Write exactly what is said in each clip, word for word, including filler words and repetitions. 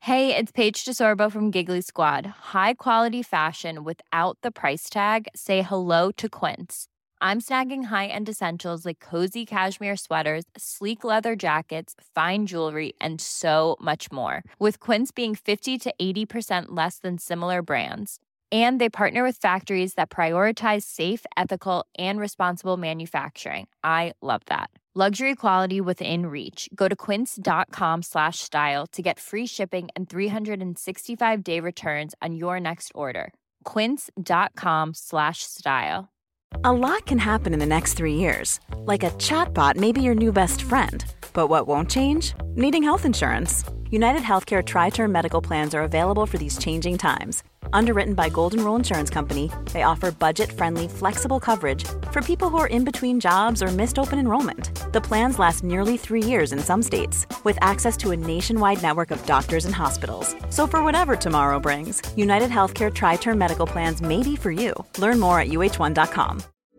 Hey, it's Paige DeSorbo from Giggly Squad. High quality fashion without the price tag. Say hello to Quince. I'm snagging high-end essentials like cozy cashmere sweaters, sleek leather jackets, fine jewelry, and so much more. With Quince being fifty to eighty percent less than similar brands. And they partner with factories that prioritize safe, ethical, and responsible manufacturing. I love that. Luxury quality within reach. Go to quince.com slash style to get free shipping and three sixty-five day returns on your next order. Quince.com slash style. A lot can happen in the next three years. Like a chatbot may be your new best friend. But what won't change? Needing health insurance. United Healthcare Tri-Term Medical Plans are available for these changing times. Underwritten by Golden Rule Insurance Company, they offer budget-friendly, flexible coverage for people who are in between jobs or missed open enrollment. The plans last nearly three years in some states, with access to a nationwide network of doctors and hospitals. So for whatever tomorrow brings, United Healthcare Tri-Term Medical Plans may be for you. Learn more at U H one dot com.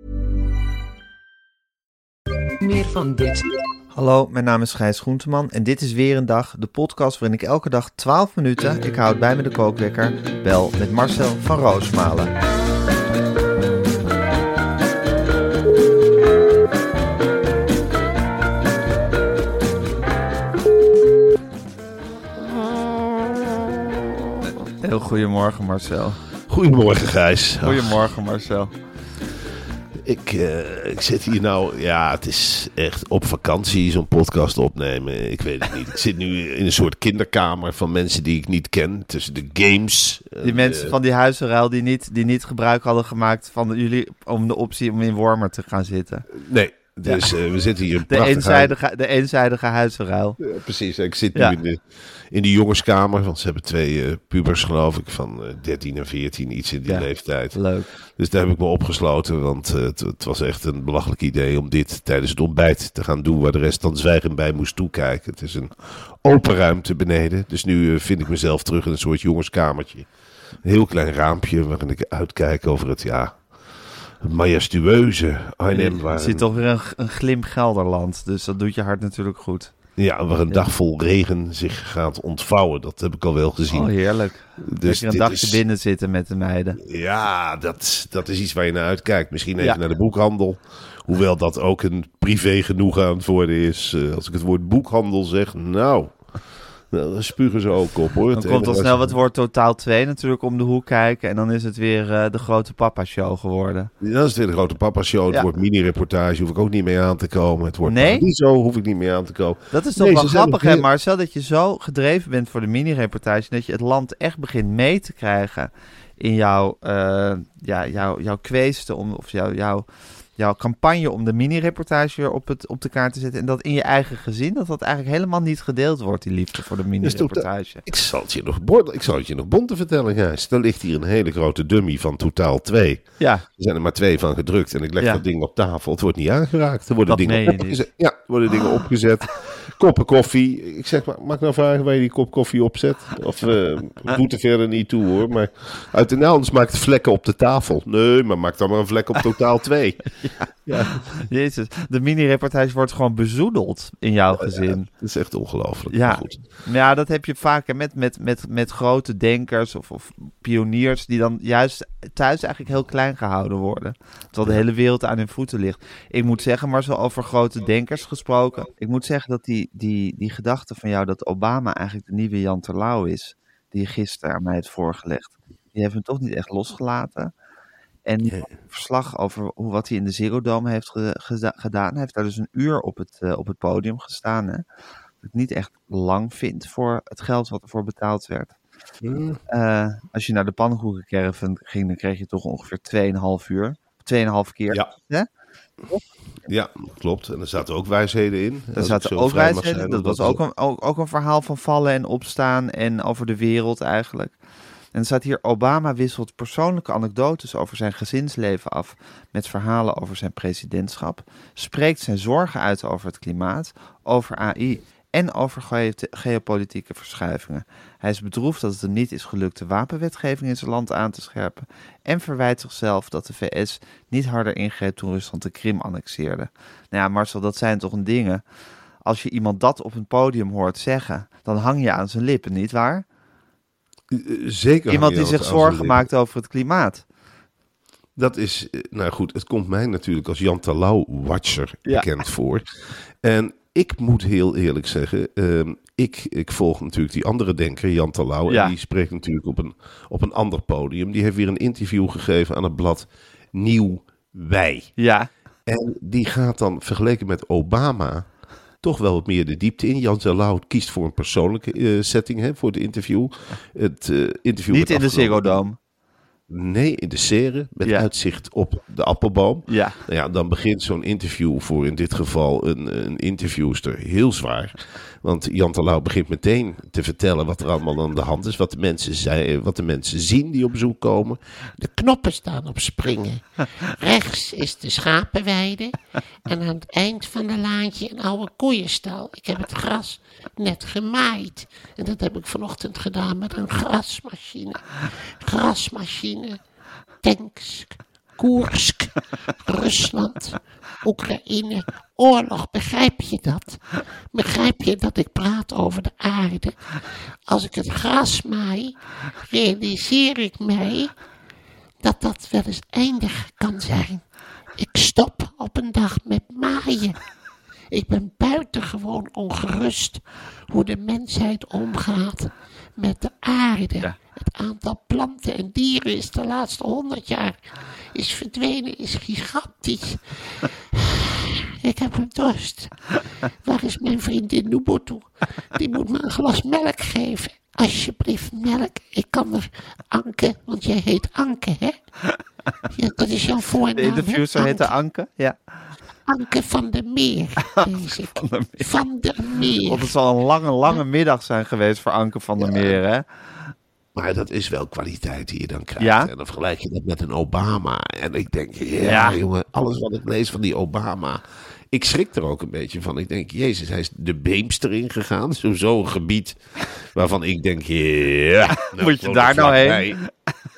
Meer van dit. Hallo, mijn naam is Gijs Groenteman en dit is weer een dag, de podcast waarin ik elke dag twaalf minuten, ik houd bij me de kookwekker, bel met Marcel van Roosmalen. Heel goedemorgen Marcel. Goedemorgen Gijs. Goedemorgen Marcel. Ik, uh, ik zit hier nou, ja, het is echt op vakantie zo'n podcast opnemen. Ik weet het niet. Ik zit nu in een soort kinderkamer van mensen die ik niet ken. Tussen de games. Die en, mensen uh, van die huizenruil die niet, die niet gebruik hadden gemaakt van de, jullie om de optie om in Wormer te gaan zitten. Nee, dus ja. uh, we zitten hier. De eenzijdige, de eenzijdige huizenruil. Ja, precies, ik zit nu ja. in, de, in de jongenskamer. Want ze hebben twee uh, pubers geloof ik van uh, dertien en veertien, iets in die ja. leeftijd. Leuk. Dus daar heb ik me opgesloten, want uh, het, het was echt een belachelijk idee om dit tijdens het ontbijt te gaan doen, waar de rest dan zwijgend bij moest toekijken. Het is een open ruimte beneden, dus nu uh, vind ik mezelf terug in een soort jongenskamertje. Een heel klein raampje waarin ik uitkijk over het, ja, majestueuze Arnhem. Je ziet toch weer een, een glim Gelderland, dus dat doet je hart natuurlijk goed. Ja, waar een dag vol regen zich gaat ontvouwen. Dat heb ik al wel gezien. Oh, heerlijk. Dus een dagje is... binnen zitten met de meiden. Ja, dat, dat is iets waar je naar uitkijkt. Misschien even ja. naar de boekhandel. Hoewel dat ook een privé genoegen aan het worden is. Uh, als ik het woord boekhandel zeg, nou... Nou, dan spugen ze ook op, hoor. Dan het komt al snel het woord totaal twee natuurlijk om de hoek kijken. En dan is het weer uh, de grote papa-show geworden. Ja, dan is het weer de grote papa-show. Het ja. wordt mini-reportage, hoef ik ook niet mee aan te komen. Het wordt nee? niet zo, hoef ik niet mee aan te komen. Dat is toch nee, wel grappig, hè, Marcel, dat je zo gedreven bent voor de mini-reportage, dat je het land echt begint mee te krijgen in jouw, uh, ja, jouw, jouw kweesten, om, of jouw... jouw jouw campagne om de mini-reportage weer op, het, op de kaart te zetten. En dat in je eigen gezin, dat dat eigenlijk helemaal niet gedeeld wordt, die liefde voor de mini-reportage. De, ik, zal het je nog bord, ik zal het je nog bonte vertellen, Gijs. Er ligt hier een hele grote dummy van totaal twee. Ja. Er zijn er maar twee van gedrukt. En ik leg ja. dat ding op tafel. Het wordt niet aangeraakt. Er worden, dat dingen opgezet. Ja, er worden dingen opgezet. Koppen koffie. Ik zeg, maar, mag ik nou vragen waar je die kop koffie opzet? Of uh, doet er verder niet toe, hoor. Maar uit de anders maakt vlekken op de tafel. Nee, maar maak dan maar een vlek op totaal twee. Ja. Ja, jezus. De mini-reportage wordt gewoon bezoedeld in jouw ja, gezin. Ja, dat is echt ongelooflijk. Ja, goed. Ja, dat heb je vaker met, met, met, met grote denkers of, of pioniers die dan juist thuis eigenlijk heel klein gehouden worden. Terwijl de hele wereld aan hun voeten ligt. Ik moet zeggen, maar zo over grote denkers gesproken. Ik moet zeggen dat die, die, die gedachte van jou dat Obama eigenlijk de nieuwe Jan Terlouw is, die je gisteren aan mij hebt voorgelegd, die heeft hem toch niet echt losgelaten. En die verslag over hoe, wat hij in de Ziggo Dome heeft ge, geda, gedaan. Hij heeft daar dus een uur op het, uh, op het podium gestaan. Hè? Wat ik niet echt lang vind voor het geld wat ervoor betaald werd. Mm. Uh, als je naar de pannenkoekencaravan ging, dan kreeg je toch ongeveer twee en een half uur. twee en een half keer. Ja. Hè? Ja, klopt. En er zaten ook wijsheden in. Er zaten ook wijsheden. Zijn, dat, dat was ook een, ook, ook een verhaal van vallen en opstaan en over de wereld eigenlijk. En er staat hier, Obama wisselt persoonlijke anekdotes over zijn gezinsleven af met verhalen over zijn presidentschap, spreekt zijn zorgen uit over het klimaat, over A I en over ge- geopolitieke verschuivingen. Hij is bedroefd dat het hem niet is gelukt de wapenwetgeving in zijn land aan te scherpen en verwijt zichzelf dat de V S niet harder ingreep toen Rusland de Krim annexeerde. Nou ja, Marcel, dat zijn toch een dingen. Als je iemand dat op een podium hoort zeggen, dan hang je aan zijn lippen, niet waar? Uh, zeker. Iemand die Jan zich aan zorgen zijn maakt over het klimaat. Dat is, nou goed, het komt mij natuurlijk als Jan Terlouw-watcher Ja. bekend voor. En ik moet heel eerlijk zeggen, uh, ik, ik volg natuurlijk die andere denker, Jan Terlouw. Ja. En die spreekt natuurlijk op een, op een ander podium. Die heeft weer een interview gegeven aan het blad Nieuw Wij. Ja, En die gaat dan, vergeleken met Obama, toch wel wat meer de diepte in. Jan Terlouw kiest voor een persoonlijke uh, setting hè, voor het interview. Het uh, interview niet in de afgelopen- Ziggo Dome. Nee, in de serre, met Ja. uitzicht op de appelboom. Ja. Nou ja, dan begint zo'n interview voor in dit geval een, een interviewster heel zwaar. Want Jan Terlouw begint meteen te vertellen wat er allemaal aan de hand is. Wat de mensen, zei, wat de mensen zien die op bezoek komen. De knoppen staan op springen. Rechts is de schapenweide. En aan het eind van de laantje een oude koeienstal. Ik heb het gras net gemaaid. En dat heb ik vanochtend gedaan met een grasmachine. Grasmachine. Tanks. Koersk. Rusland. Oekraïne. Oorlog. Begrijp je dat? Begrijp je dat ik praat over de aarde? Als ik het gras maai, realiseer ik mij dat dat wel eens eindig kan zijn. Ik stop op een dag met maaien. Ik ben buitengewoon ongerust hoe de mensheid omgaat met de aarde. Ja. Het aantal planten en dieren is de laatste honderd jaar is verdwenen, is gigantisch. Ik heb een dorst. Waar is mijn vriendin Nubutu? Die moet me een glas melk geven. Alsjeblieft, melk. Ik kan er Anke, want jij heet Anke, hè? Ja, dat is jouw voornaam, De hè? interviewster heette Anke. Ja. Anke van der Meer, lees ik. Van der Meer. Van der Meer. Want het zal een lange, lange middag zijn geweest voor Anke van der Meer, hè? Maar dat is wel kwaliteit die je dan krijgt. Ja? En dan vergelijk je dat met een Obama. En ik denk, ja, Ja. jongen, alles wat ik lees van die Obama. Ik schrik er ook een beetje van. Ik denk, jezus, hij is de Beemster ingegaan. Zo, zo'n gebied waarvan ik denk, ja. nou, Moet je gewoon daar nou vlakbij. heen?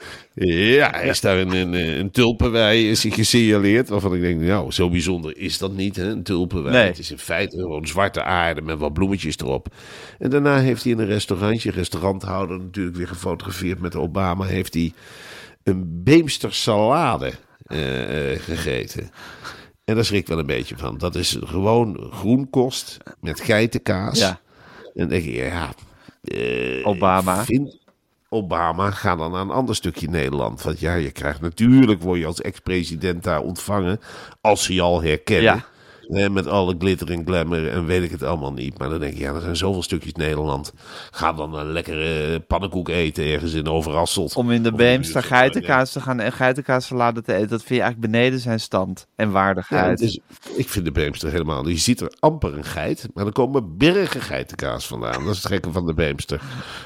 Ja, hij is daar in een, een tulpenwei is hij gesignaleerd. Waarvan ik denk, nou, zo bijzonder is dat niet, hè, een tulpenwei. Nee. Het is in feite gewoon zwarte aarde met wat bloemetjes erop. En daarna heeft hij in een restaurantje, restauranthouder natuurlijk weer gefotografeerd met Obama, heeft hij een Beemster salade eh, eh, gegeten. En daar schrik ik wel een beetje van. Dat is gewoon groenkost met geitenkaas. Ja. En dan denk ik, ja... eh, Obama. ik vind Obama, ga dan naar een ander stukje Nederland. Want ja, je krijgt natuurlijk, word je als ex-president daar ontvangen, als ze je al herkennen. Ja. Eh, met alle glitter en glamour en weet ik het allemaal niet. Maar dan denk ik, ja, er zijn zoveel stukjes Nederland. Ga dan een lekkere pannenkoek eten ergens in Overasselt. Om in de Of Beemster buurt. geitenkaas te gaan en geitenkaassalade te eten, dat vind je eigenlijk beneden zijn stand en Ja, waardigheid. dus ik vind de Beemster helemaal niet. Je ziet er amper een geit, maar er komen bergen geitenkaas vandaan. Dat is het gekke van de Beemster.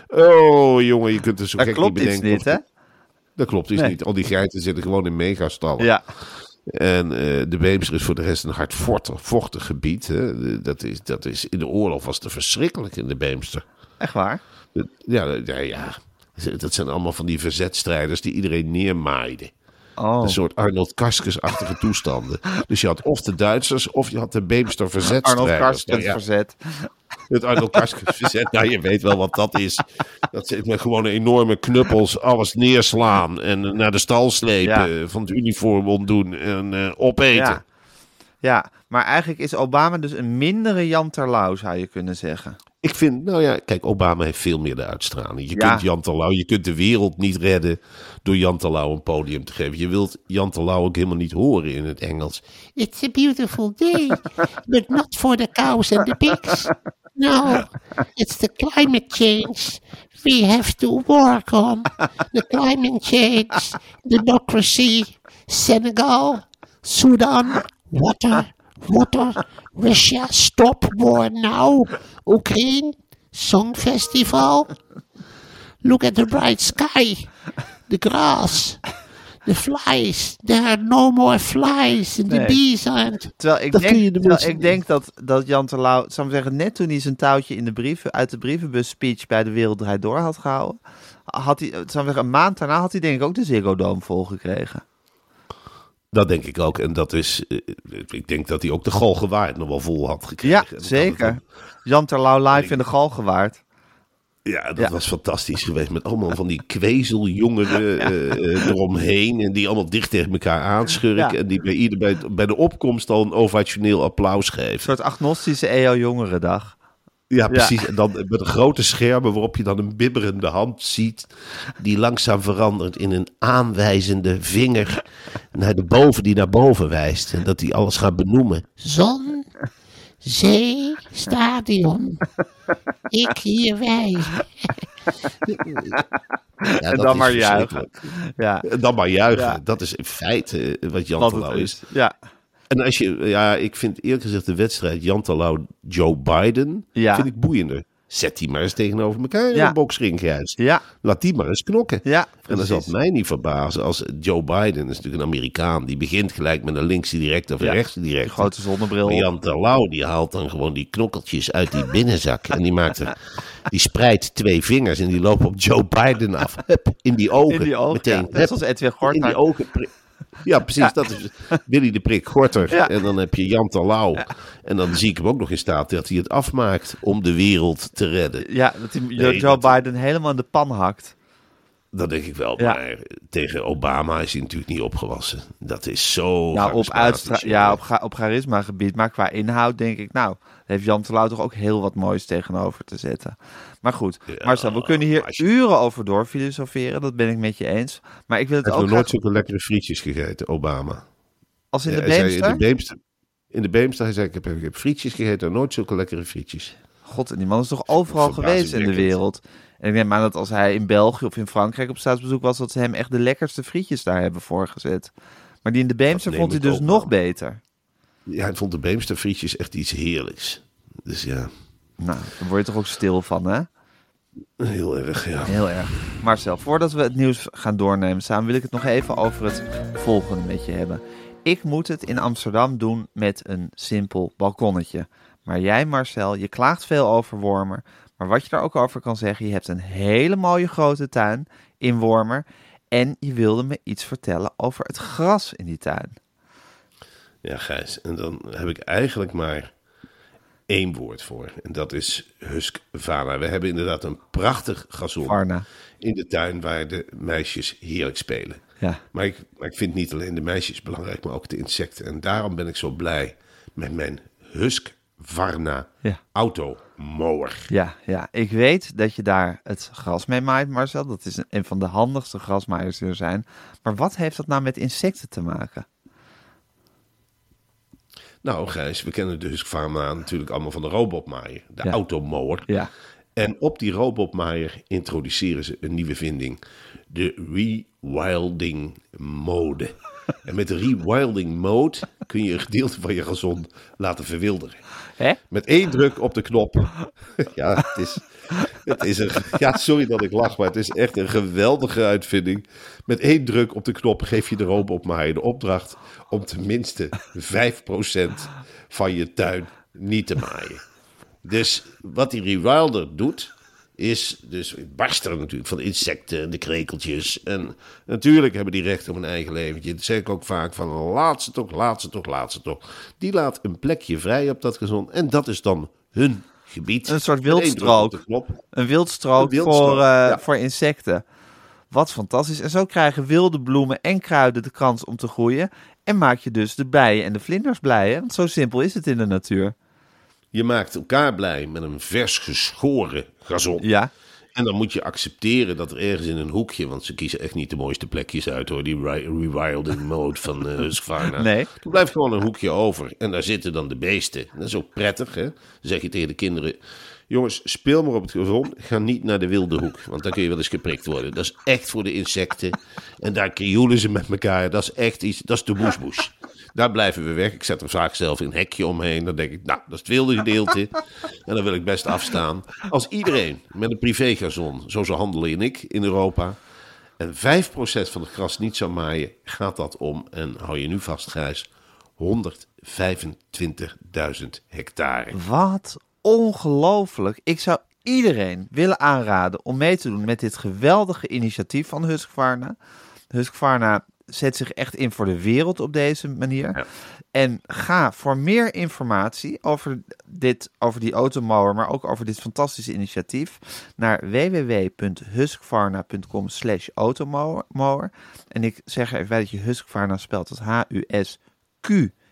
Oh, jongen, je kunt er zo Dat gek klopt niet iets bedenken. niet, hè? Dat klopt iets Nee. niet. Al die geiten zitten gewoon in megastallen. Ja. En eh, de Beemster is voor de rest een hardvochtig vochtig gebied. Hè. Dat, is, dat is, in de oorlog was het verschrikkelijk in de Beemster. Echt waar? Dat- Ja, ja, ja, dat zijn allemaal van die verzetstrijders die iedereen neermaaiden. Oh. Een soort Arnold Karskens-achtige toestanden. Dus je had of de Duitsers of je had de Beemster Arnold verzetstrijders. Karskens Nou ja, verzet. het Arnold Karskens verzet, nou je weet wel wat dat is. Dat zit met gewoon enorme knuppels alles neerslaan en naar de stal slepen, Ja. van het uniform ontdoen en eh, opeten. Ja. Ja, maar eigenlijk is Obama dus een mindere Jan Terlouw, zou je kunnen zeggen. Ik vind, nou ja, kijk, Obama heeft veel meer de uitstraling. Je Ja. kunt Jan Terlouw, je kunt de wereld niet redden door Jan Terlouw een podium te geven. Je wilt Jan Terlouw ook helemaal niet horen in het Engels. It's a beautiful day, but not for the cows and the pigs. No, it's the climate change we have to work on. The climate change, democracy, Senegal, Sudan, water, water, Russia, stop war now, Ukraine, Songfestival. Look at the bright sky, the grass, the flies. There are no more flies and the Nee. bees aren't. Terwijl ik Dat kun je denk, de terwijl mensen ik niet. denk dat, dat Jan Terlouw, zou ik zeggen, net toen hij zijn touwtje in de brieven, uit de brievenbus speech bij de Wereld Draait Door had gehouden, had hij, zou ik zeggen, een maand daarna had hij denk ik ook de Ziggo Dome volgekregen. Dat denk ik ook. En dat is, eh, ik denk dat hij ook de Galgenwaard nog wel vol had gekregen. Ja, En dat zeker. het dan- Jan Terlouw live in de Galgenwaard. Ja, dat Ja. was fantastisch geweest. Met allemaal van die kwezeljongeren eh, eh, eromheen. En die allemaal dicht tegen elkaar aanschurken. Ja. En die bij, ieder, bij, bij de opkomst al een ovationeel applaus geven. Een soort agnostische E O-jongerendag. Ja, precies. En dan met een grote schermen waarop je dan een bibberende hand ziet. Die langzaam verandert in een aanwijzende vinger naar de boven, die naar boven wijst. En dat die alles gaat benoemen. Zon, zee, stadion. Ik hier wij. Ja, En dat dan is maar juichen. verschrikkelijk. Ja, En dan maar juichen. Ja. Dat is in feite eh, wat Jan wat Terlouw het is. is. Ja. En als je, ja, ik vind eerlijk gezegd de wedstrijd Jan Terlouw, Joe Biden, Ja. vind ik boeiender. Zet die maar eens tegenover elkaar in Ja. een boksring juist. Ja, Laat die maar eens knokken. ja, En dan zal precies. het mij niet verbazen als Joe Biden, is natuurlijk een Amerikaan, die begint gelijk met een linkse direct of een Ja. rechtse direct. Grote zonnebril. Maar op. Jan Terlouw, die haalt dan gewoon die knokkeltjes uit die binnenzak. En die maakt er, die spreidt twee vingers en die loopt op Joe Biden af. Hup, in die ogen. In die ogen, Meteen. ja. Net Hup, zoals Edwin in Gorter. die ogen. pri- Ja, precies. Ja. Dat is Willy de Prik Gorter. Ja. En dan heb je Jan Terlouw. En dan zie ik hem ook nog in staat dat hij het afmaakt om de wereld te redden. Ja, dat hij Nee, Joe dat- Biden helemaal in de pan hakt. Dat denk ik wel. Ja. Maar tegen Obama is hij natuurlijk niet opgewassen. Dat is zo Nou, op, charismatisch, uitstra- ja, op, cha- op charisma-gebied. Maar qua inhoud denk ik, nou, daar heeft Jan Terlouw toch ook heel wat moois tegenover te zetten. Maar goed, Ja, Marcel, we kunnen hier maar als je- uren over doorfilosoferen. Dat ben ik met je eens. Maar ik wil het Hij heeft ook nog nooit graag... zulke lekkere frietjes gegeten, Obama. Als in de Hij zei Beemster? In de Beemster. In de Beemster, hij zei, ik heb, ik heb frietjes gegeten en nooit zulke lekkere frietjes. God, en die man is toch overal geweest in de Verbazingwekkend. wereld. En ik neem aan dat als hij in België of in Frankrijk op staatsbezoek was, dat ze hem echt de lekkerste frietjes daar hebben voorgezet. Maar die in de Beemster neem vond hij ik dus ook nog aan. beter. Ja, hij vond de Beemster frietjes echt iets heerlijks. Dus ja, Nou, daar word je toch ook stil van, hè? heel erg, ja. Heel erg. Marcel, voordat we het nieuws gaan doornemen samen, wil ik het nog even over het volgende met je hebben. Ik moet het in Amsterdam doen met een simpel balkonnetje. Maar jij, Marcel, je klaagt veel over Wormer. Maar wat je daar ook over kan zeggen, je hebt een hele mooie grote tuin in Wormer. En je wilde me iets vertellen over het gras in die tuin. Ja, Gijs. En dan heb ik eigenlijk maar één woord voor. En dat is Husqvarna. We hebben inderdaad een prachtig gazon Varna. in de tuin waar de meisjes heerlijk spelen. Ja. Maar ik, maar ik vind niet alleen de meisjes belangrijk, maar ook de insecten. En daarom ben ik zo blij met mijn Husqvarna Ja. automower. Ja, ja, ik weet dat je daar het gras mee maait, Marcel. Dat is een, een van de handigste grasmaaiers die er zijn. Maar wat heeft dat nou met insecten te maken? Nou, Gijs, we kennen de Husqvarna natuurlijk allemaal van de robotmaaier, de Ja. automower. Ja. En op die robotmaaier introduceren ze een nieuwe vinding. De rewilding mode. En met de rewilding mode kun je een gedeelte van je gazon laten verwilderen. Hè? Met één druk op de knop. Ja, het is, het is een, ja, sorry dat ik lach, maar het is echt een geweldige uitvinding. Met één druk op de knop geef je de robotmaaier de opdracht om tenminste vijf procent van je tuin niet te maaien. Dus wat die rewilder doet, is dus het barsten natuurlijk van de insecten en de krekeltjes. En natuurlijk hebben die recht op een eigen leventje. Dat zeg ik ook vaak van laat ze toch, laat ze toch, laat ze toch. Die laat een plekje vrij op dat gazon en dat is dan hun gebied. Een soort Met één druk op wildstrook. de knop. Een wildstrook, Een wildstrook, voor, eh, ja. voor insecten. Wat fantastisch. En zo krijgen wilde bloemen en kruiden de kans om te groeien. En maak je dus de bijen en de vlinders blij. Hè? Want zo simpel is het in de natuur. Je maakt elkaar blij met een vers geschoren gazon. Ja, En dan moet je accepteren dat er ergens in een hoekje, want ze kiezen echt niet de mooiste plekjes uit hoor, die ri- rewilding mode van uh, Husqvarna. Nee. Er blijft gewoon een hoekje over en daar zitten dan de beesten. Dat is ook prettig, hè? Dan zeg je tegen de kinderen, jongens, speel maar op het gazon, ga niet naar de wilde hoek, want dan kun je wel eens geprikt worden. Dat is echt voor de insecten en daar krioelen ze met elkaar, dat is echt iets, dat is de boesboes. Daar blijven we weg. Ik zet er vaak zelf een hekje omheen. Dan denk ik, nou, dat is het wilde gedeelte. En dan wil ik best afstaan. Als iedereen met een privégazon zo zou handelen en ik in Europa, en vijf procent van het gras niet zou maaien, gaat dat om, en hou je nu vast, Gijs, honderdvijfentwintigduizend hectare. wat ongelooflijk. Ik zou iedereen willen aanraden om mee te doen met dit geweldige initiatief van Husqvarna. Husqvarna zet zich echt in voor de wereld op deze manier. Ja. En ga voor meer informatie over, dit, over die automower, maar ook over dit fantastische initiatief, naar www.husqvarna.com slash automower. En ik zeg er even bij dat je Husqvarna spelt als H U S Q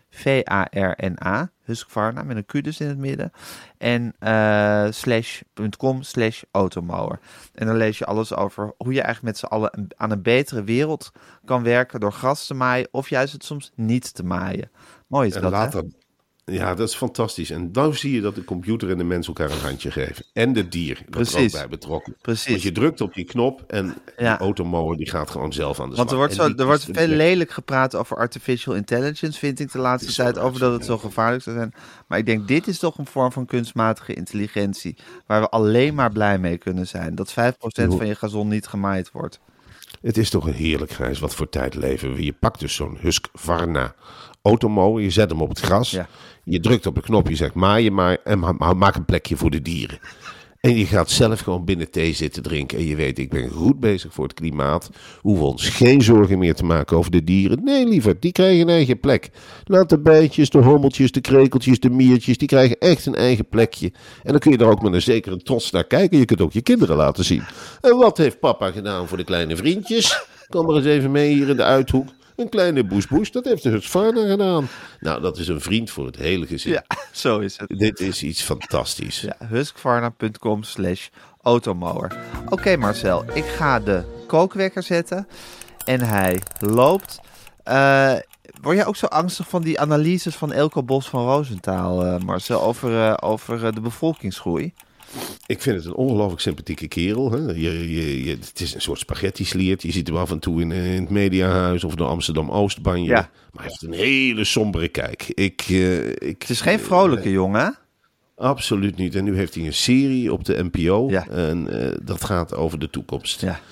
V A R N A. Husqvarna, met een Q dus in het midden. En uh, slash, .com slash automower. En dan lees je alles over hoe je eigenlijk met z'n allen een, aan een betere wereld kan werken door gras te maaien of juist het soms niet te maaien. Mooi is En dat, later, hè? Ja, dat is fantastisch. En dan zie je dat de computer en de mens elkaar een handje geven. En de dier, dat Precies. er ook bij betrokken. Precies. Want je drukt op die knop en Ja. de automower die gaat gewoon zelf aan de slag. Want er wordt, En zo, die er wordt kiest veel een- lelijk gepraat over artificial intelligence, vind ik de laatste is zo tijd, over dat het zo raar. gevaarlijk zou zijn. Maar ik denk, dit is toch een vorm van kunstmatige intelligentie, waar we alleen maar blij mee kunnen zijn. Dat vijf procent van je gazon niet gemaaid wordt. Het is toch een heerlijk, Gijs, wat voor tijd leven we. Je pakt dus zo'n Husqvarna automower, je zet hem op het gras. Ja. Je drukt op een knop, je zegt maaien maar en ma- ma- maak een plekje voor de dieren. En je gaat zelf gewoon binnen thee zitten drinken. En je weet, ik ben goed bezig voor het klimaat. Hoeven ons geen zorgen meer te maken over de dieren. Nee, liever, die krijgen een eigen plek. Laat de bijtjes, de hommeltjes, de krekeltjes, de miertjes, die krijgen echt een eigen plekje. En dan kun je er ook met een zekere trots naar kijken. Je kunt ook je kinderen laten zien. En wat heeft papa gedaan voor de kleine vriendjes? Kom maar eens even mee hier in de Uithoek. Een kleine boesboes, dat heeft de Husqvarna gedaan. Nou, dat is een vriend voor het hele gezin. Ja, zo is het. Dit is iets fantastisch. Ja, husqvarna.com slash automower. Oké Marcel, ik ga de kookwekker zetten en hij loopt. Uh, word jij ook zo angstig van die analyses van Eelco Bos van Rosenthal, uh, Marcel, over, uh, over uh, de bevolkingsgroei? Ik vind het een ongelooflijk sympathieke kerel. Hè? Je, je, je, het is een soort spaghetti-sliert. Je ziet hem af en toe in, in het Mediahuis of de Amsterdam-Oostbanje. Ja. Maar hij heeft een hele sombere kijk. Ik, uh, ik, Het is geen vrolijke uh, jongen, hè? Absoluut niet. En nu heeft hij een serie op de N P O. Ja. En uh, dat gaat over de toekomst. Ja.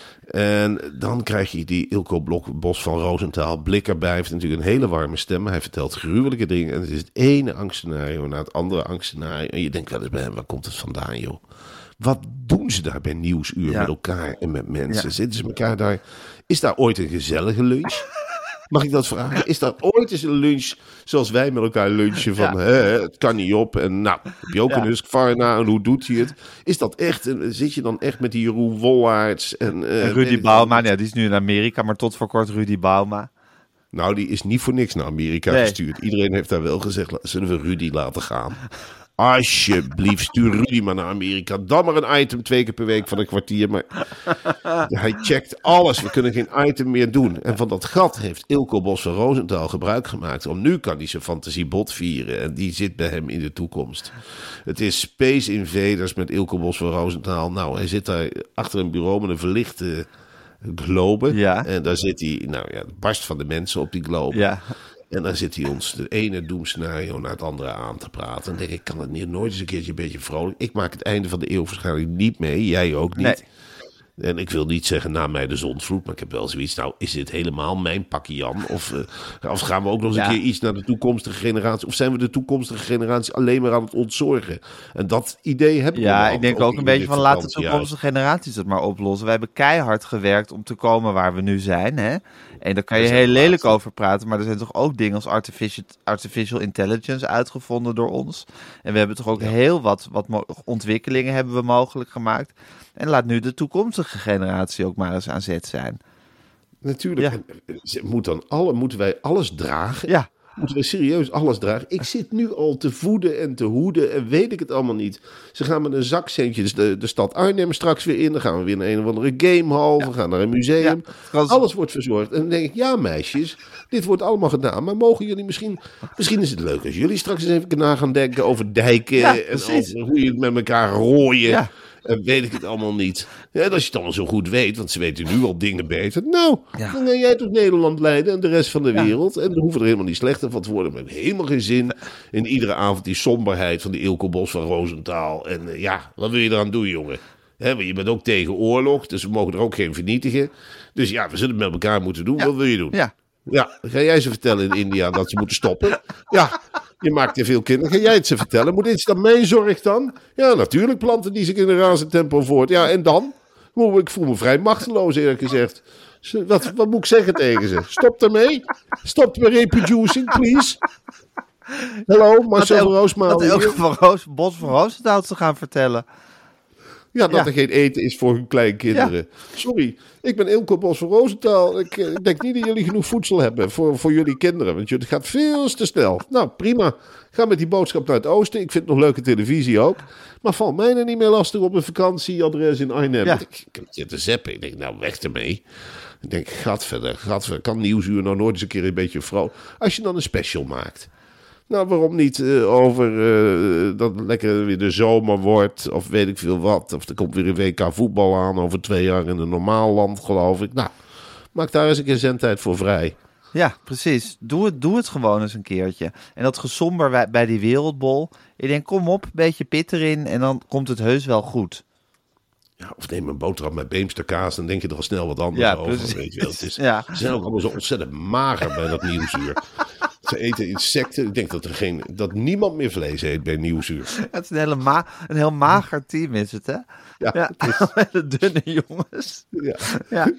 En dan krijg je die Eelco Blok, Bos van Rosenthal, blik erbij. Hij heeft natuurlijk een hele warme stem. Hij vertelt gruwelijke dingen. En het is het ene angstscenario na het andere angstscenario. En je denkt wel eens bij hem, waar komt het vandaan, joh? Wat doen ze daar bij Nieuwsuur Ja. met elkaar en met mensen? Ja. Zitten ze elkaar daar? Is daar ooit een gezellige lunch? Mag ik dat vragen? Is dat ooit eens een lunch zoals wij met elkaar lunchen van Ja. hè, het kan niet op en nou, heb je ook Ja. een Husqvarna en hoe doet hij het? Is dat echt, een- zit je dan echt met die Jeroen Wollaerts en, uh, En Rudy Bauma, ja, die is nu in Amerika, maar tot voor kort Rudy Bauma. Nou, die is niet voor niks naar Amerika Nee. gestuurd. Iedereen heeft daar wel gezegd, la- zullen we Rudy laten gaan? Alsjeblieft, stuur Rudy maar naar Amerika. Dan maar een item twee keer per week van een kwartier. Maar hij checkt alles. We kunnen geen item meer doen. En van dat gat heeft Eelco Bos van Rosenthal gebruik gemaakt. Om nu kan hij zijn fantasie bot vieren. En die zit bij hem in de toekomst. Het is Space Invaders met Eelco Bos van Rosenthal. Nou, hij zit daar achter een bureau met een verlichte globe. Ja. En daar zit hij, nou ja, het barst van de mensen op die globe. Ja. En dan zit hij ons de ene doemscenario naar het andere aan te praten. En dan denk ik, kan het niet nooit eens een keertje een beetje vrolijk? Ik maak het einde van de eeuw waarschijnlijk niet mee. Jij ook niet. Nee. En ik wil niet zeggen na mij de zondvloed, maar ik heb wel zoiets. Nou, is dit helemaal mijn pakje Jan? Of, uh, of gaan we ook nog eens Ja. een keer iets naar de toekomstige generatie? Of zijn we de toekomstige generatie alleen maar aan het ontzorgen? En dat idee hebben we Ja, wel, ik denk ook in een beetje dit van laat de vakantiehuis. toekomstige generaties het maar oplossen. We hebben keihard gewerkt om te komen waar we nu zijn, hè? En daar kan je We zijn heel de lelijk laatste. over praten, maar er zijn toch ook dingen als artificial, artificial intelligence uitgevonden door ons. En we hebben toch ook heel wat, wat mo- ontwikkelingen hebben we mogelijk gemaakt. En laat nu de toekomstige generatie ook maar eens aan zet zijn. Natuurlijk. Ja. En, eh, ze- Moet dan alle, moeten wij alles dragen? Ja, Moeten we serieus alles dragen? Ik zit nu al te voeden en te hoeden en weet ik het allemaal niet. Ze gaan met een zakcentje dus de, de stad Arnhem straks weer in. Dan gaan we weer naar een of andere gamehall. We gaan naar een museum. Ja, als- Alles wordt verzorgd. En dan denk ik, ja meisjes, dit wordt allemaal gedaan. Maar mogen jullie misschien... Misschien is het leuk als jullie straks eens even na gaan denken over dijken. Ja, en precies. over hoe je het met elkaar rooien. Ja. En weet ik het allemaal niet. Ja, en als je het allemaal zo goed weet, want ze weten nu al dingen beter. Nou, Ja. dan ga jij toch Nederland leiden en de rest van de Ja. wereld. En dan hoeven er helemaal niet slechter van te worden. Maar ik heb helemaal geen zin in iedere avond die somberheid van die Eelco Bos van Rosenthal. En uh, ja, wat wil je eraan doen, jongen? Hè, want je bent ook tegen oorlog, dus we mogen er ook geen vernietigen. Dus ja, we zullen het met elkaar moeten doen. Ja. Wat wil je doen? ja. Ja, ga jij ze vertellen in India dat ze moeten stoppen? Ja, je maakt te veel kinderen. Ga jij het ze vertellen? Moet dit dan mijn zorg dan? Ja, natuurlijk planten die zich in een razend tempo voort. Ja, en dan? Maar ik voel me vrij machteloos, eerlijk gezegd. Ze- Wat, wat moet ik zeggen tegen ze? Stop ermee. Stop met reproducing, please. Hallo, Marcel van Roosmalen Dat hier. Elke van Roos, Bos van Roosendaal te gaan vertellen. Ja, dat Ja. er geen eten is voor hun kleinkinderen. Sorry, ik ben Ilko Bos van Roosentaal. Ik, eh, ik denk niet dat jullie genoeg voedsel hebben voor, voor jullie kinderen. Want het gaat veel te snel. Nou, prima. Ga met die boodschap naar het oosten. Ik vind het nog leuke televisie ook. Maar val mij er niet meer lastig op een vakantieadres in Arnhem. Ja. Ik, ik heb zitten zappen. Ik denk, nou, weg ermee. Ik denk, gaat verder, gaat verder. Kan Nieuwsuur nou nooit eens een keer een beetje vrouw... Als je dan een special maakt... Nou, waarom niet eh, over eh, dat het lekker weer de zomer wordt, of weet ik veel wat. Of er komt weer een W K voetbal aan over twee jaar in een normaal land, geloof ik. Nou, maak daar eens een keer zendtijd voor vrij. Ja, precies. Doe het, doe het gewoon eens een keertje. En dat gesomber bij, bij die wereldbol. Ik denk, kom op, een beetje pit erin en dan komt het heus wel goed. Ja, of neem een boterham met beemsterkaas, dan denk je er al snel wat anders Ja, over. precies. Weet je wel. Het is, Ja. Ze zijn ook allemaal zo ontzettend mager bij dat Nieuwsuur. Ze eten insecten. Ik denk dat, er geen, dat niemand meer vlees eet bij Nieuwsuur. Het is een, hele ma- een heel mager team is het, hè? Ja, Ja, het is- hele dunne jongens. Ja. Ja.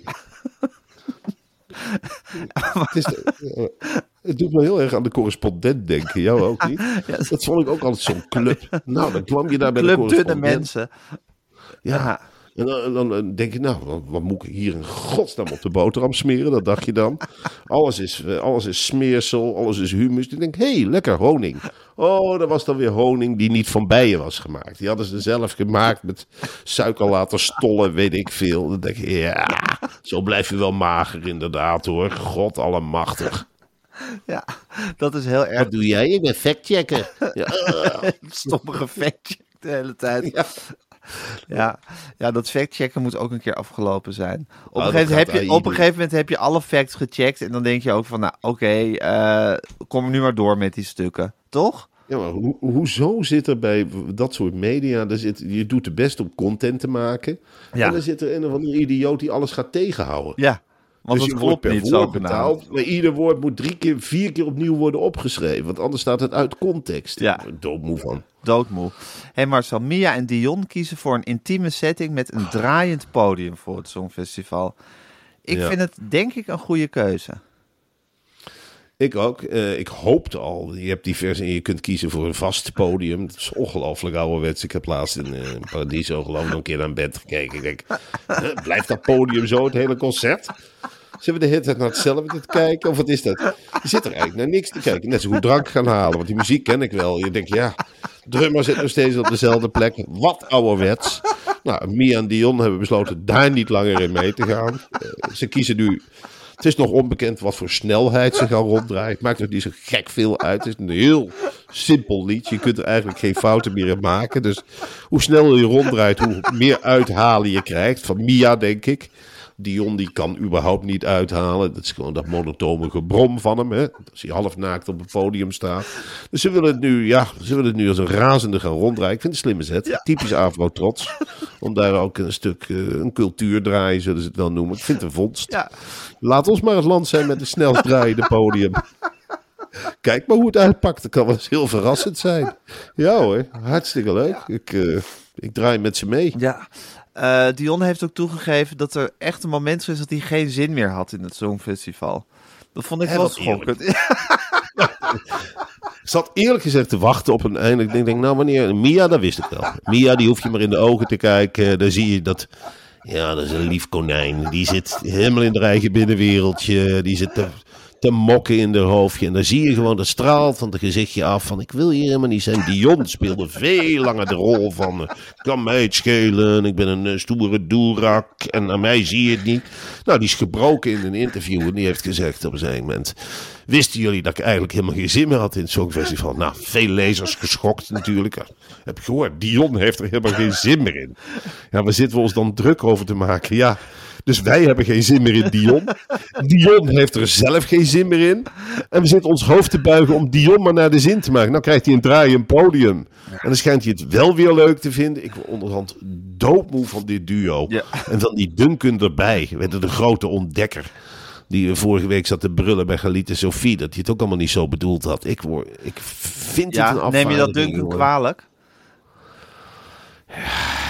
Het, is, eh, het doet me heel erg aan de correspondent denken. Jou ook niet? Dat vond ik ook altijd zo'n club. Nou, dan kwam je daar bij de Club dunne correspondent. mensen. Ja. Ja. En dan, dan, dan denk je, nou, wat, wat moet ik hier in godsnaam op de boterham smeren? Dat dacht je dan. Alles is, eh, alles is smeersel, alles is humus. Ik denk, hé, hey, lekker honing. Oh, dat was dan weer honing die niet van bijen was gemaakt. Die hadden ze zelf gemaakt met suiker laten stollen, weet ik veel. Dan denk je, ja, zo blijf je wel mager inderdaad hoor. God allemachtig. Ja, dat is heel erg Wat doe jij? Ik ben factchecker. Ja, stommige factcheck de hele tijd. ja. Ja, ja, dat factchecken moet ook een keer afgelopen zijn. Op, Oh, een, dat gegeven, gaat heb je, A I op een doen. gegeven moment heb je alle facts gecheckt en dan denk je ook van, nou oké, eh, kom er nu maar door met die stukken, toch? Ja, maar ho- hoezo zit er bij dat soort media... Er zit, je doet het best om content te maken. Ja. En dan zit er een of andere idioot die alles gaat tegenhouden. Ja, want dus dat je wordt klopt per niet woord zo betaald. Maar ieder woord moet drie keer, vier keer opnieuw worden opgeschreven. Want anders staat het uit context. Ja. Ik word er doodmoe van. Doodmoe. Hé hey Marcel, Mia en Dion kiezen voor een intieme setting met een draaiend podium voor het Songfestival. Ik Ja. vind het denk ik een goede keuze. Ik ook. Eh, ik hoopte al. Je hebt diverse en je kunt kiezen voor een vast podium. Dat is ongelooflijk ouderwets. Ik heb laatst in, eh, in Paradiso geloof ik nog een keer naar een bed gekeken. Ik denk, eh, blijft dat podium zo het hele concert? Zullen we de hele tijd naar hetzelfde te kijken? Of wat is dat? Je zit er eigenlijk naar niks te kijken. Net zo goed drank gaan halen. Want die muziek ken ik wel. Je denkt, ja, drummer zit nog steeds op dezelfde plek. Wat ouderwets. Nou, Mia en Dion hebben besloten daar niet langer in mee te gaan. Eh, ze kiezen nu... Het is nog onbekend wat voor snelheid ze gaan ronddraaien. Het maakt ook niet zo gek veel uit. Het is een heel simpel lied. Je kunt er eigenlijk geen fouten meer in maken. Dus hoe sneller je ronddraait, hoe meer uithalen je krijgt. Van Mia, denk ik. Dion die kan überhaupt niet uithalen. Dat is gewoon dat monotone gebrom van hem. Hè? Als hij half naakt op het podium staat. Dus ze willen het nu, ja, ze willen het nu als een razende gaan ronddraaien. Ik vind het een slimme zet. Typisch Afro-trots. Om daar ook een stuk, uh, een cultuur draaien, zullen ze het wel noemen. Ik vind het een vondst. Ja. Laat ons maar het land zijn met een snelst draaiende podium. Kijk maar hoe het uitpakt. Dat kan wel eens heel verrassend zijn. Ja hoor, hartstikke leuk. Ik, uh, ik draai met ze mee. Ja, uh, Dion heeft ook toegegeven dat er echt een moment is dat hij geen zin meer had in het Songfestival. Dat vond ik Hè, wel wat schokkend. Ik zat eerlijk gezegd te wachten op een einde. Ik denk, denk, nou wanneer... Mia, dat wist ik wel. Mia, die hoef je maar in de ogen te kijken. Dan zie je dat... Ja, dat is een lief konijn. Die zit helemaal in haar eigen binnenwereldje. Die zit te, te mokken in haar hoofdje. En dan zie je gewoon, dat straalt van het gezichtje af. Van, ik wil hier helemaal niet zijn. Dion speelde veel langer de rol van... Uh, kan mij het schelen. Ik ben een uh, stoere doerak. En aan mij zie je het niet. Nou, die is gebroken in een interview. En die heeft gezegd op een gegeven moment... Wisten jullie dat ik eigenlijk helemaal geen zin meer had in het Songfestival? Nou, veel lezers geschokt natuurlijk. Heb ik gehoord, Dion heeft er helemaal geen zin meer in. Ja, waar zitten we ons dan druk over te maken? Ja, dus wij hebben geen zin meer in Dion. Dion heeft er zelf geen zin meer in. En we zitten ons hoofd te buigen om Dion maar naar de zin te maken. Nou krijgt hij een draaiend podium. En dan schijnt hij het wel weer leuk te vinden. Ik word onderhand doodmoe van dit duo. Ja. En van die Duncan erbij. Weet je, de grote ontdekker. Die vorige week zat te brullen bij Galite Sophie. Dat hij het ook allemaal niet zo bedoeld had. Ik, word, ik vind het een Ja, afvaardiging. neem je dat Duncan hoor. kwalijk?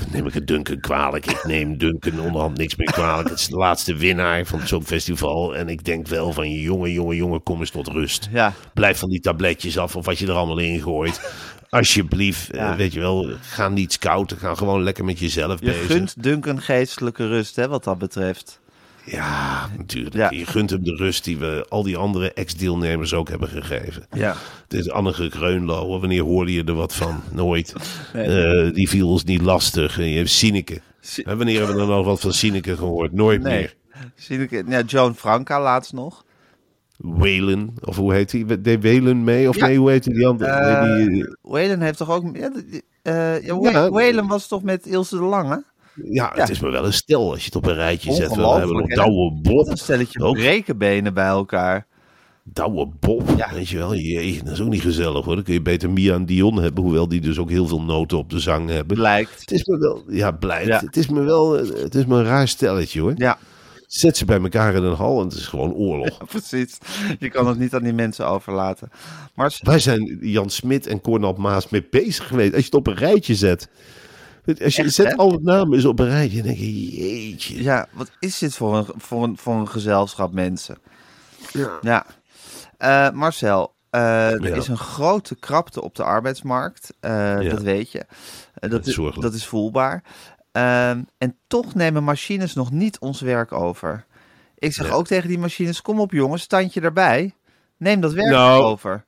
neem ik het Duncan kwalijk. Ik neem Duncan onderhand niks meer kwalijk. Het is de laatste winnaar van het Songfestival. En ik denk wel van, jongen, jongen, jongen, kom eens tot rust. Ja. Blijf van die tabletjes af of wat je er allemaal in gooit. Alsjeblieft, Ja. uh, weet je wel, ga niet scouten. Ga gewoon lekker met jezelf Je bezig. gunt Duncan geestelijke rust, hè, wat dat betreft. Ja, natuurlijk. Ja. Je gunt hem de rust die we al die andere ex-deelnemers ook hebben gegeven. Ja. Het is Anneke Kreunlo. Wanneer hoorde je er wat van? Nooit. Nee. Eh, die viel ons niet lastig. En je hebt Sineke. Si- En wanneer hebben we er nog wat van Sineke gehoord? Nooit Nee. meer. Zie ik, ja, Joan Franca laatst nog. Whalen, of hoe heet die? Deed Whalen mee? Of Ja. nee, hoe heet die, die andere? Eh, Nee, die, Whalen heeft toch ook... Ja, die- eh, ja, Ja. Whalen was toch met Ilse de Lange? ja, het ja. is me wel een stel als je het op een rijtje zet. We hebben Ongelooflijk, nog hè? Douwe Bob. Een stelletje Ook. brekenbenen bij elkaar. Douwe Bob, Ja. weet je wel. Jee, dat is ook niet gezellig hoor. Dan kun je beter Mia en Dion hebben. Hoewel die dus ook heel veel noten op de zang hebben. Blijkt. Het is me wel, ja, blijkt. Ja. Het is me wel, eh, het is me een raar stelletje hoor. Ja, Zet ze bij elkaar in een hal en het is gewoon oorlog. precies. Je kan het niet aan die mensen overlaten. Maar Wij zijn Jan Smit en Cornel Maas mee bezig geweest. Als je het op een rijtje zet. Als je Echt, zet hè? alle namen eens op een rijtje, dan denk je, jeetje. ja, wat is dit voor een, voor een, voor een gezelschap mensen? Ja. Ja. Eh, Marcel, eh, er Ja. is een grote krapte op de arbeidsmarkt. Eh, Ja. Dat weet je. Eh, dat, is is, zorgelijk. dat is voelbaar. Ehm, en toch nemen machines nog niet ons werk over. Ik zeg Ja. ook tegen die machines, kom op jongens, standje erbij. Neem dat werk Nou, over.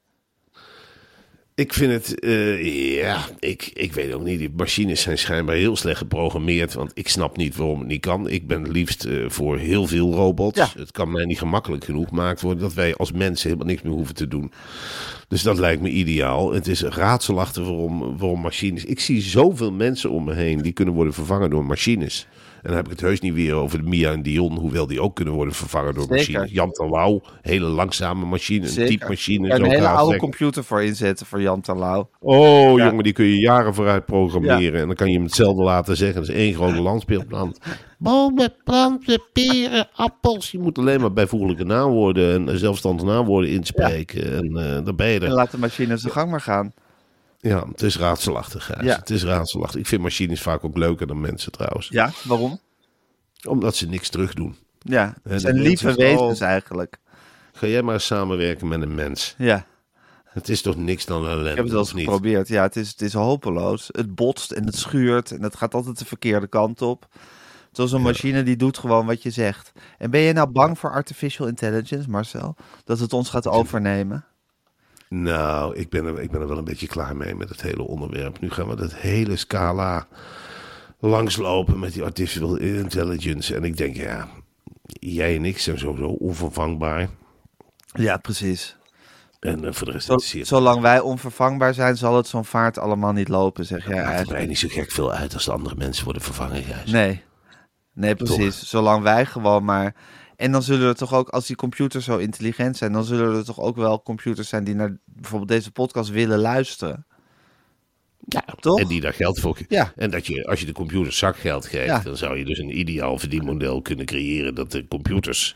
Ik vind het, eh, ja, ik, ik weet ook niet. Die machines zijn schijnbaar heel slecht geprogrammeerd. Want ik snap niet waarom het niet kan. Ik ben het liefst eh, voor heel veel robots. Ja. Het kan mij niet gemakkelijk genoeg gemaakt worden dat wij als mensen helemaal niks meer hoeven te doen. Dus dat lijkt me ideaal. Het is raadselachtig waarom, waarom machines. Ik zie zoveel mensen om me heen die kunnen worden vervangen door machines. En dan heb ik het heus niet weer over de Mia en Dion, hoewel die ook kunnen worden vervangen door Zeker. machines. Jan Terlouw, hele langzame machine, een Zeker. typemachine. Daar zo een hele haast oude zeggen. computer voor inzetten voor Jan Terlouw. Oh, Ja. jongen, die kun je jaren vooruit programmeren. En dan kan je hem hetzelfde laten zeggen. Dat is één grote landspeelplan. Bomen, planten, peren, appels. Je moet alleen maar bijvoeglijke naamwoorden en zelfstandige naamwoorden inspreken. En eh dan ben je En er. laat de machine zijn gang maar gaan. Ja, het is raadselachtig, Gijs. Ja. Het is raadselachtig. Ik vind machines vaak ook leuker dan mensen trouwens. Ja, waarom? Omdat ze niks terug doen. Ja, En het zijn de lieve mensen van- wezens eigenlijk. Ga jij maar eens samenwerken met een mens. Ja, Het is toch niks dan ellende, ik heb het wel of eens niet? geprobeerd. Ja, het is, het is hopeloos. Het botst en het schuurt en het gaat altijd de verkeerde kant op. Zoals een machine die doet gewoon wat je zegt. En ben je nou bang voor artificial intelligence, Marcel? Dat het ons gaat overnemen? Nou, ik ben, er, ik ben er wel een beetje klaar mee met het hele onderwerp. Nu gaan we dat hele scala langslopen met die artificial intelligence. En ik denk, ja, jij en ik zijn sowieso onvervangbaar. Ja, precies. En uh, voor de rest Zo, is het zolang wij onvervangbaar zijn, zal het zo'n vaart allemaal niet lopen, zeg jij maakt mij eigenlijk. niet zo gek veel uit als de andere mensen worden vervangen, juist. Nee, nee, precies. Zolang wij gewoon maar... En dan zullen er toch ook, als die computers zo intelligent zijn, dan zullen er toch ook wel computers zijn die naar bijvoorbeeld deze podcast willen luisteren. Ja, Toch? en die daar geld voor... Ja. En dat je, als je de computers zakgeld geeft, Ja. dan zou je dus een ideaal verdienmodel kunnen creëren dat de computers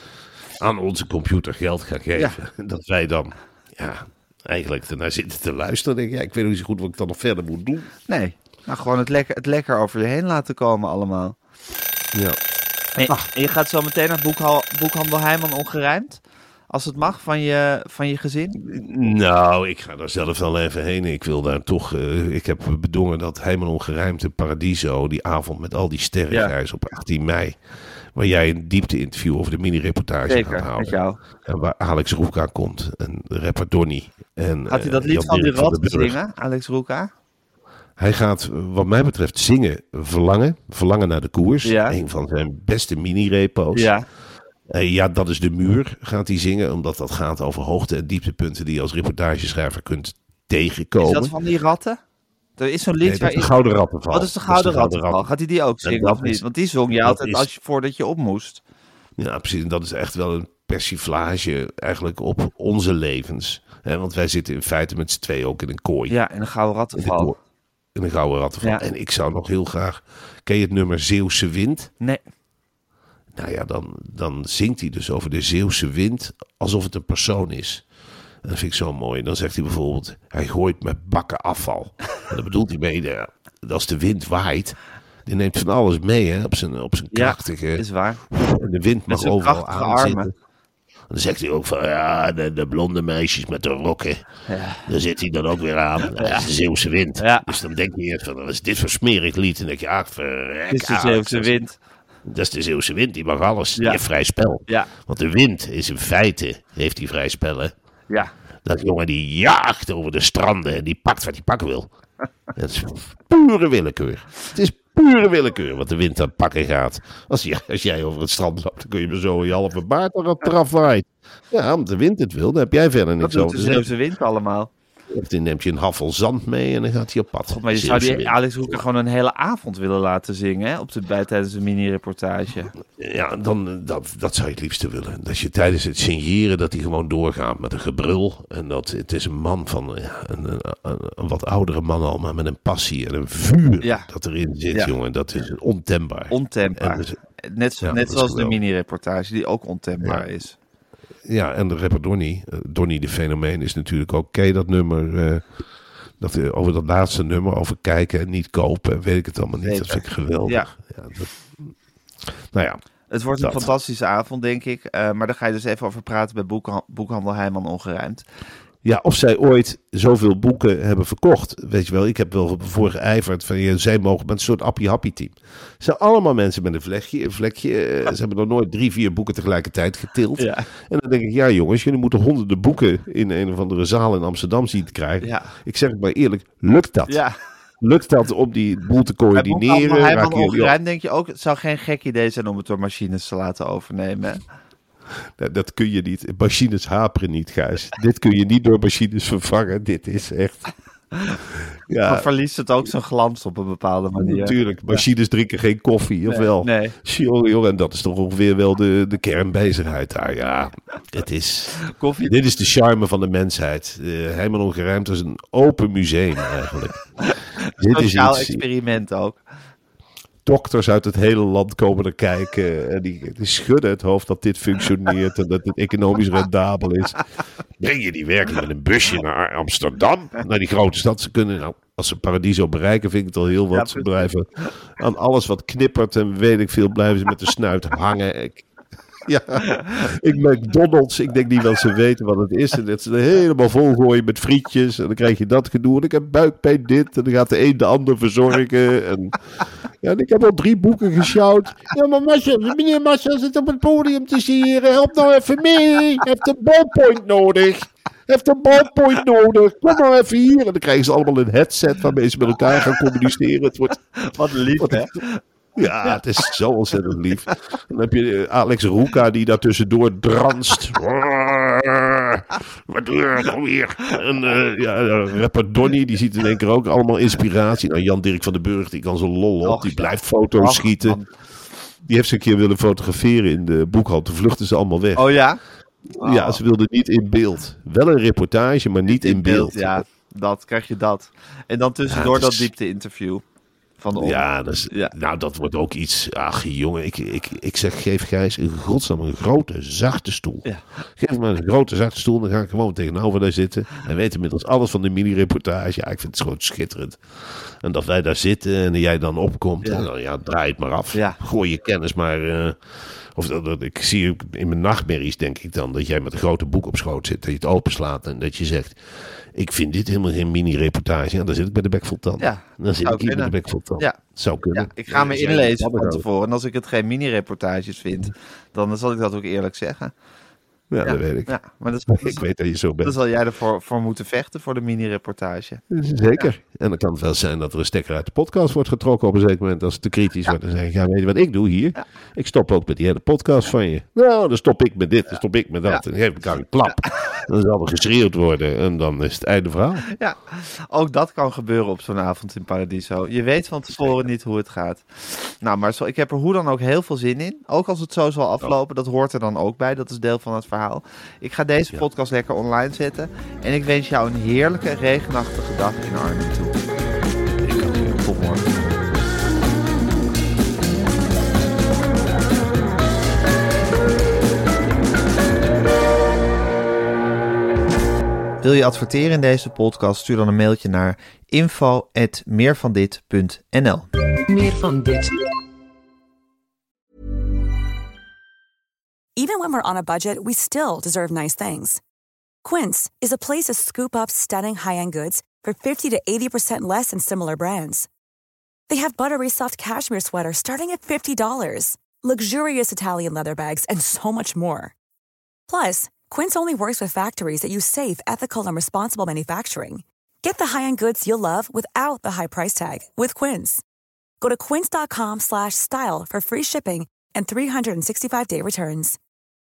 aan onze computer geld gaan geven. Dat wij dan, ja, eigenlijk ernaar zitten te luisteren. Dan denk ik, ja, ik weet niet zo goed wat ik dan nog verder moet doen. Nee, nou gewoon het lekker, het lekker over je heen laten komen allemaal. Ja. En, en je gaat zo meteen naar boekhal, boekhandel Heijman Ongerijmd, als het mag, van je, van je gezin. Nou, ik ga daar zelf wel even heen. Ik wil daar toch... eh, ik heb bedongen dat Heijman Ongerijmd in Paradiso, die avond met al die sterren, Ja. Gijs, op achttien mei, waar jij een diepte-interview over de mini-reportage gaat Zeker, met houden. jou. En waar Alex Roeka komt. En de rapper Donny. En, Gaat hij dat eh, lied Jan van die Dirk van rat den Burg. zingen, Alex Roeka? Hij gaat, wat mij betreft, zingen Verlangen. Verlangen naar de koers. Ja. Een van zijn beste mini-repo's. Ja, Eh, ja, dat is de muur, gaat hij zingen. Omdat dat gaat over hoogte- en dieptepunten die je als reportageschrijver kunt tegenkomen. is dat van die ratten? Er is zo'n lied Nee, dat is waarin... de Gouden Rattenval. Wat is de Gouden Dat Rattenval? Gaat hij die ook zingen dat of niet? is- Want die zong je dat altijd is- als je, voordat je op moest. Ja, precies. En dat is echt wel een persiflage eigenlijk op onze levens. Hè, want wij zitten in feite met z'n tweeën ook in een kooi. Ja, en een Gouden In een Rattenval. kooi- in een Gouden Rattenval. Ja. En ik zou nog heel graag... Ken je het nummer Zeeuwse Wind? Nee, Nou ja, dan, dan zingt hij dus over de Zeeuwse wind alsof het een persoon is. En dat vind ik zo mooi. Dan zegt hij bijvoorbeeld, hij gooit met bakken afval. En dan bedoelt hij mee de als de wind waait, die neemt van alles mee hè, op zijn, op zijn Ja, krachtige... is waar. En de wind mag zijn overal krachtige aan armen. zitten. Dan zegt hij ook van, ja, de, de blonde meisjes met de rokken. Ja. Daar zit hij dan ook weer aan. Dat is de Zeeuwse wind. Ja. Dus dan denk je eerst van, wat is dit voor smerig lied? En dan denk je, ah, verrek, Het is de ah, Zeeuwse dat is- wind. Dat is de Zeeuwse wind, die mag alles. Die Ja. heeft vrij spel. Ja. Want de wind is in feite, heeft hij vrij spel, hè. Ja. Dat jongen die jaagt over de stranden en die pakt wat hij pakken wil. Dat is pure willekeur. Het is pure willekeur wat de wind aan pakken gaat. Als, je, als jij over het strand loopt, dan kun je me zo je halve baard eraf waait. Ja, omdat de wind het wil, dan heb jij verder Dat niks doet over de te zeggen. Zeeuwse wind allemaal. Dan neemt je een haffel zand mee en dan gaat hij op pad. Maar je zou Zeeuwse die wind. Alex Hoeker gewoon een hele avond willen laten zingen, hè? Op de, bij, tijdens een mini-reportage. Ja, dan, dat, dat zou je het liefste willen. Dat je tijdens het signeren dat hij gewoon doorgaat met een gebrul. En dat het is een man van ja, een, een, een, een wat oudere man al, maar met een passie en een vuur Ja. dat erin zit, Ja. jongen. Dat is ontembaar. Ontembaar. En dus- Net, zo- Ja, net dat is zoals de geweldig. mini-reportage, die ook ontembaar Ja. is. Ja, en de rapper Donny, uh, Donny de Fenomeen is natuurlijk ook, ken je dat nummer, eh, dat, uh, over dat laatste nummer, over kijken en niet kopen, weet ik het allemaal niet. Zeker. Dat vind ik geweldig. Ja. Ja, dat, nou ja, Het wordt een Dat. fantastische avond, denk ik. Uh, maar daar ga je dus even over praten bij boekha- boekhandel Heijman Ongerijmd. ja, of zij ooit zoveel boeken hebben verkocht. Weet je wel, ik heb wel voor geijverd van, ja, zij mogen met een soort appie-happie team. Het zijn allemaal mensen met een vlekje. Een vlekje eh, ze hebben nog nooit drie, vier boeken tegelijkertijd getild. Ja. En dan denk ik, ja jongens, jullie moeten honderden boeken in een of andere zaal in Amsterdam zien te krijgen. Ja. Ik zeg het maar eerlijk, lukt dat? Ja. Lukt dat om die boel te Bij boekhandel coördineren? Heijman Raken jullie op? Ongerijmd denk je ook, het zou geen gek idee zijn om het door machines te laten overnemen. Hè? Dat, dat kun je niet. Machines haperen niet, Gijs. Dit kun je niet door machines vervangen. Dit is echt... Dan Ja, verliest het ook zijn glans op een bepaalde manier. natuurlijk. Machines drinken geen koffie, of wel? Nee. Jongen, jongen, en dat is toch ongeveer wel de, de kernbezigheid daar. Ja, het is... Koffie. Dit is de charme van de mensheid. Uh, Heijman Ongerijmd is een open museum eigenlijk. Dit is Sociaal iets... experiment ook. Dokters uit het hele land komen er kijken. En die, die schudden het hoofd dat dit functioneert. En dat het economisch rendabel is. Breng je die werkelijk met een busje naar Amsterdam? Naar die grote stad. Ze kunnen, nou, als ze Paradiso bereiken, vind ik het al heel wat. Ja, Ze blijven aan alles wat knippert en weet ik veel, blijven ze met de snuit hangen. Ik, ja, ik McDonald's, ik denk niet dat ze weten wat het is. En dat ze er helemaal vol gooien met frietjes. En dan krijg je dat gedoe. En ik heb buikpijn dit. En dan gaat de een de ander verzorgen. En, ja, en ik heb al drie boeken gesjouwd. Ja, maar Masha, meneer Masha zit op het podium te sieren. Help nou even mee. Hij heeft een ballpoint nodig. Hij heeft een ballpoint nodig. Kom nou even hier. En dan krijgen ze allemaal een headset waarmee ze met elkaar gaan communiceren. Het wordt... Wat lief, hè? Ja, het is zo ontzettend lief. Dan heb je eh, Alex Roeka die daar tussendoor dranst. Wat doe je nou weer? En uh, ja, rapper Donny, die ziet in één keer ook allemaal inspiratie. Nou, Jan-Dirk van den Burg, die kan zo lol op. Och, Die ja. blijft foto's Och, schieten. man. Die heeft ze een keer willen fotograferen in de boekhal. Toen vluchten ze allemaal weg. Oh ja? Ja, ze wilden niet in beeld. Wel een reportage, maar niet in beeld. Ja, dat krijg je dat. En dan tussendoor Ja, het dat is- diepte-interview. Van de Ja, dat is, Ja. nou dat wordt ook iets... Ach jongen, ik, ik, ik zeg geef Gijs in godsnaam een grote, zachte stoel. Ja. Geef me een grote, zachte stoel, dan ga ik gewoon tegenover daar zitten. Hij weet inmiddels alles van de mini-reportage. Ja, ik vind het gewoon schitterend. En dat wij daar zitten en jij dan opkomt. Ja. En dan, ja, draai het maar af. Ja. Gooi je kennis maar... eh, of dat, dat- ik zie in mijn nachtmerries denk ik dan dat jij met een grote boek op schoot zit. Dat je het openslaat en dat je zegt... Ik vind dit helemaal geen mini-reportage. Ja, dan zit ik bij de bek vol tanden. Ja, dan zit zou ik hier met kunnen. de bek vol tanden. Ja. Zou kunnen. Ja, ik ga me Als jij inlezen dat van hadden tevoren. En als ik het geen mini-reportages vind, dan zal ik dat ook eerlijk zeggen. Ja, dat weet ik. Ja, maar dat is, Ik weet dat je zo dan bent. zal jij ervoor voor moeten vechten voor de mini-reportage. Zeker. En dan kan het wel zijn dat er een stekker uit de podcast wordt getrokken op een zeker moment als het te kritisch wordt. Dan zeg ik, ja, weet je wat ik doe hier? Ik stop ook met die hele podcast van je. Nou, dan stop ik met dit, dan stop ik met dat. Ja. En dan geef ik elkaar een klap. Dan zal er geschreeuwd worden en dan is het einde verhaal. Ja, ook dat kan gebeuren op zo'n avond in Paradiso. Je weet van tevoren niet hoe het gaat. Nou, maar zo, ik heb er hoe dan ook heel veel zin in. Ook als het zo zal aflopen, dat hoort er dan ook bij. Dat is deel van het verhaal. Ik ga deze podcast lekker online zetten. En ik wens jou een heerlijke, regenachtige dag in Arnhem toe. Ik ook weer. Tot morgen. Wil je adverteren in deze podcast? Stuur dan een mailtje naar info at meervandit punt n l. Meer van dit. Even when we're on a budget, we still deserve nice things. Quince is a place to scoop up stunning high-end goods for fifty to eighty percent less than similar brands. They have buttery soft cashmere sweaters starting at fifty dollars, luxurious Italian leather bags, and so much more. Plus, Quince only works with factories that use safe, ethical, and responsible manufacturing. Get the high-end goods you'll love without the high price tag with Quince. Go to quince dot com slash style for free shipping and three sixty-five day returns.